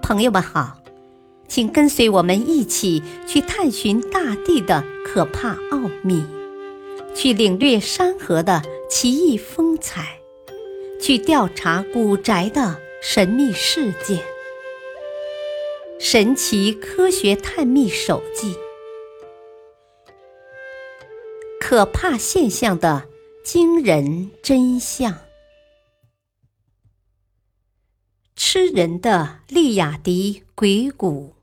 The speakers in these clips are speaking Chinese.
朋友们好，请跟随我们一起去探寻大地的可怕奥秘，去领略山河的奇异风采，去调查古宅的神秘事件。神奇科学探秘手记，可怕现象的惊人真相。吃人的利雅迪鬼谷。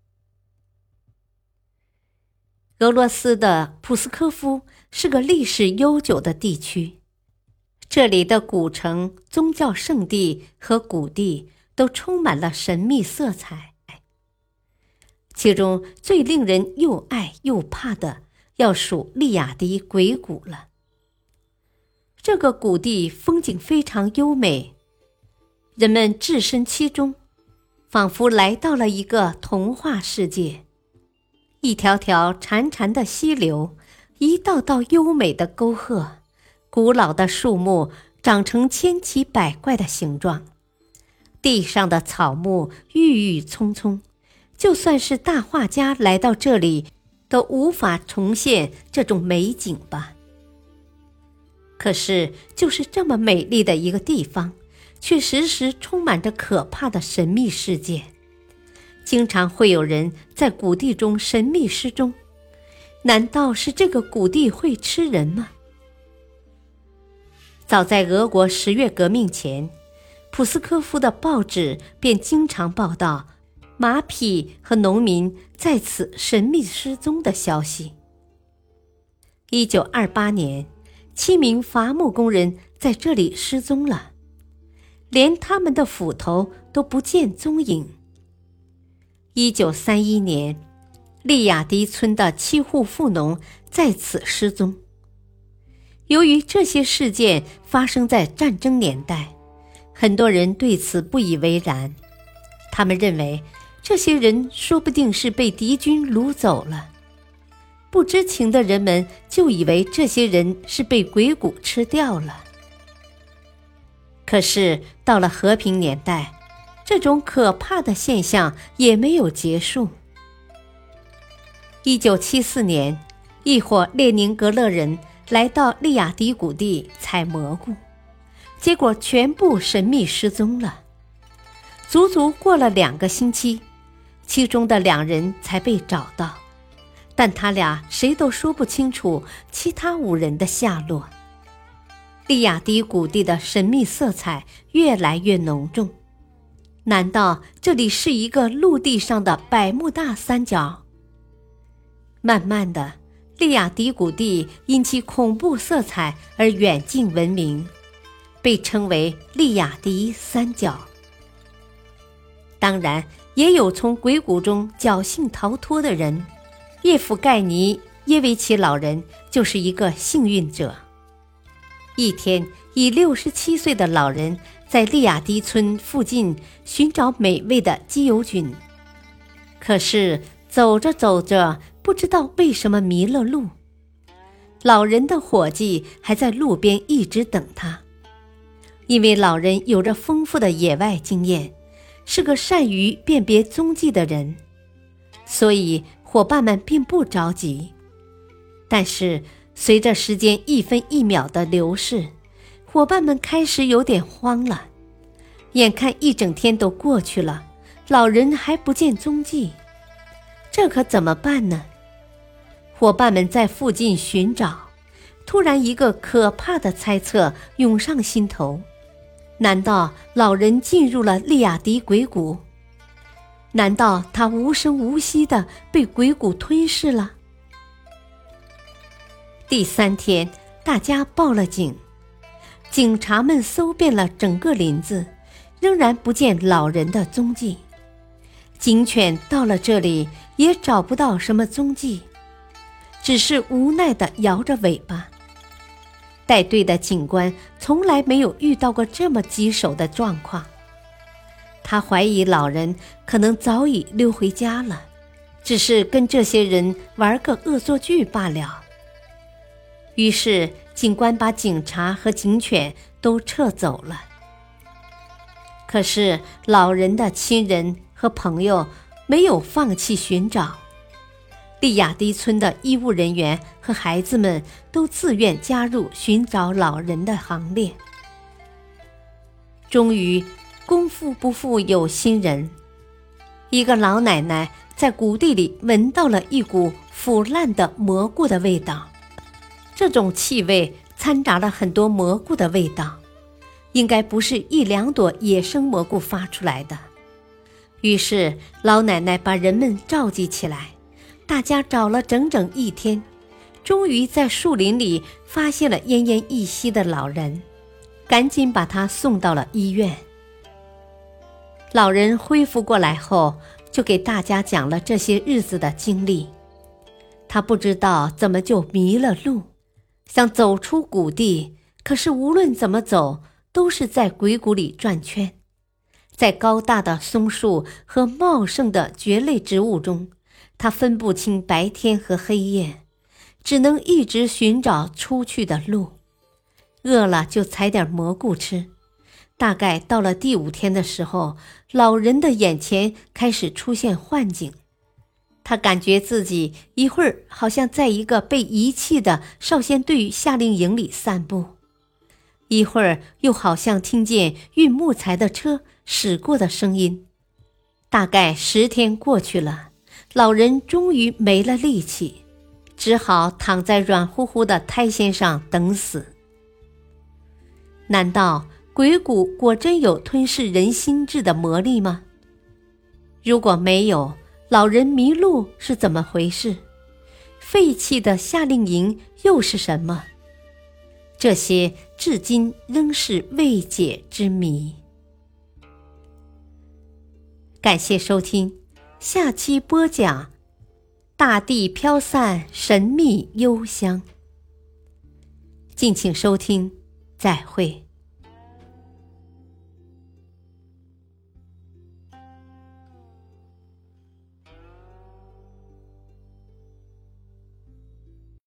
俄罗斯的普斯科夫是个历史悠久的地区，这里的古城、宗教圣地和谷地都充满了神秘色彩。其中最令人又爱又怕的，要数利雅迪鬼谷了。这个谷地风景非常优美，人们置身其中，仿佛来到了一个童话世界。一条条潺潺的溪流，一道道优美的沟壑，古老的树木长成千奇百怪的形状，地上的草木郁郁葱葱，就算是大画家来到这里，都无法重现这种美景吧。可是，就是这么美丽的一个地方，却时时充满着可怕的神秘事件，经常会有人在谷地中神秘失踪。难道是这个谷地会吃人吗？早在俄国10月革命前，普斯科夫的报纸便经常报道马匹和农民在此神秘失踪的消息。1928年，7名伐木工人在这里失踪了，连他们的斧头都不见踪影。1931年，利雅迪村的7户富农在此失踪。由于这些事件发生在战争年代，很多人对此不以为然，他们认为这些人说不定是被敌军掳走了。不知情的人们就以为这些人是被鬼谷吃掉了。可是到了和平年代，这种可怕的现象也没有结束。1974年，一伙列宁格勒人来到利雅迪谷地采蘑菇，结果全部神秘失踪了。足足过了2个星期，其中的2人才被找到，但他俩谁都说不清楚其他5人的下落。利雅迪谷地的神秘色彩越来越浓重。难道这里是一个陆地上的百慕大三角？慢慢的，利雅迪谷地因其恐怖色彩而远近闻名，被称为利雅迪三角。当然，也有从鬼谷中侥幸逃脱的人，叶夫盖尼·耶维奇老人就是一个幸运者。一天，以67岁的老人在利雅迪村附近寻找美味的鸡油菌，可是走着走着，不知道为什么迷了路。老人的伙计还在路边一直等他，因为老人有着丰富的野外经验，是个善于辨别踪迹的人，所以伙伴们并不着急。但是随着时间1分1秒的流逝，伙伴们开始有点慌了。眼看一整天都过去了，老人还不见踪迹，这可怎么办呢？伙伴们在附近寻找，突然一个可怕的猜测涌上心头：难道老人进入了利雅迪鬼谷？难道他无声无息地被鬼谷吞噬了？第3天，大家报了警，警察们搜遍了整个林子，仍然不见老人的踪迹。警犬到了这里也找不到什么踪迹，只是无奈地摇着尾巴。带队的警官从来没有遇到过这么棘手的状况，他怀疑老人可能早已溜回家了，只是跟这些人玩个恶作剧罢了。于是警官把警察和警犬都撤走了。可是老人的亲人和朋友没有放弃寻找。利雅迪村的医务人员和孩子们都自愿加入寻找老人的行列。终于，功夫不负有心人，一个老奶奶在谷地里闻到了一股腐烂的蘑菇的味道。这种气味掺杂了很多蘑菇的味道，应该不是一两朵野生蘑菇发出来的。于是老奶奶把人们召集起来，大家找了整整一天，终于在树林里发现了奄奄一息的老人，赶紧把他送到了医院。老人恢复过来后，就给大家讲了这些日子的经历。他不知道怎么就迷了路，想走出谷地，可是无论怎么走，都是在鬼谷里转圈。在高大的松树和茂盛的蕨类植物中，他分不清白天和黑夜，只能一直寻找出去的路。饿了就采点蘑菇吃。大概到了第5天的时候，老人的眼前开始出现幻境。他感觉自己一会儿好像在一个被遗弃的少先队夏令营里散步，一会儿又好像听见运木材的车驶过的声音。大概10天过去了，老人终于没了力气，只好躺在软乎乎的苔藓上等死。难道鬼谷果真有吞噬人心智的魔力吗？如果没有，老人迷路是怎么回事？废弃的夏令营又是什么？这些至今仍是未解之谜。感谢收听，下期播讲大地飘散神秘幽香。敬请收听，再会。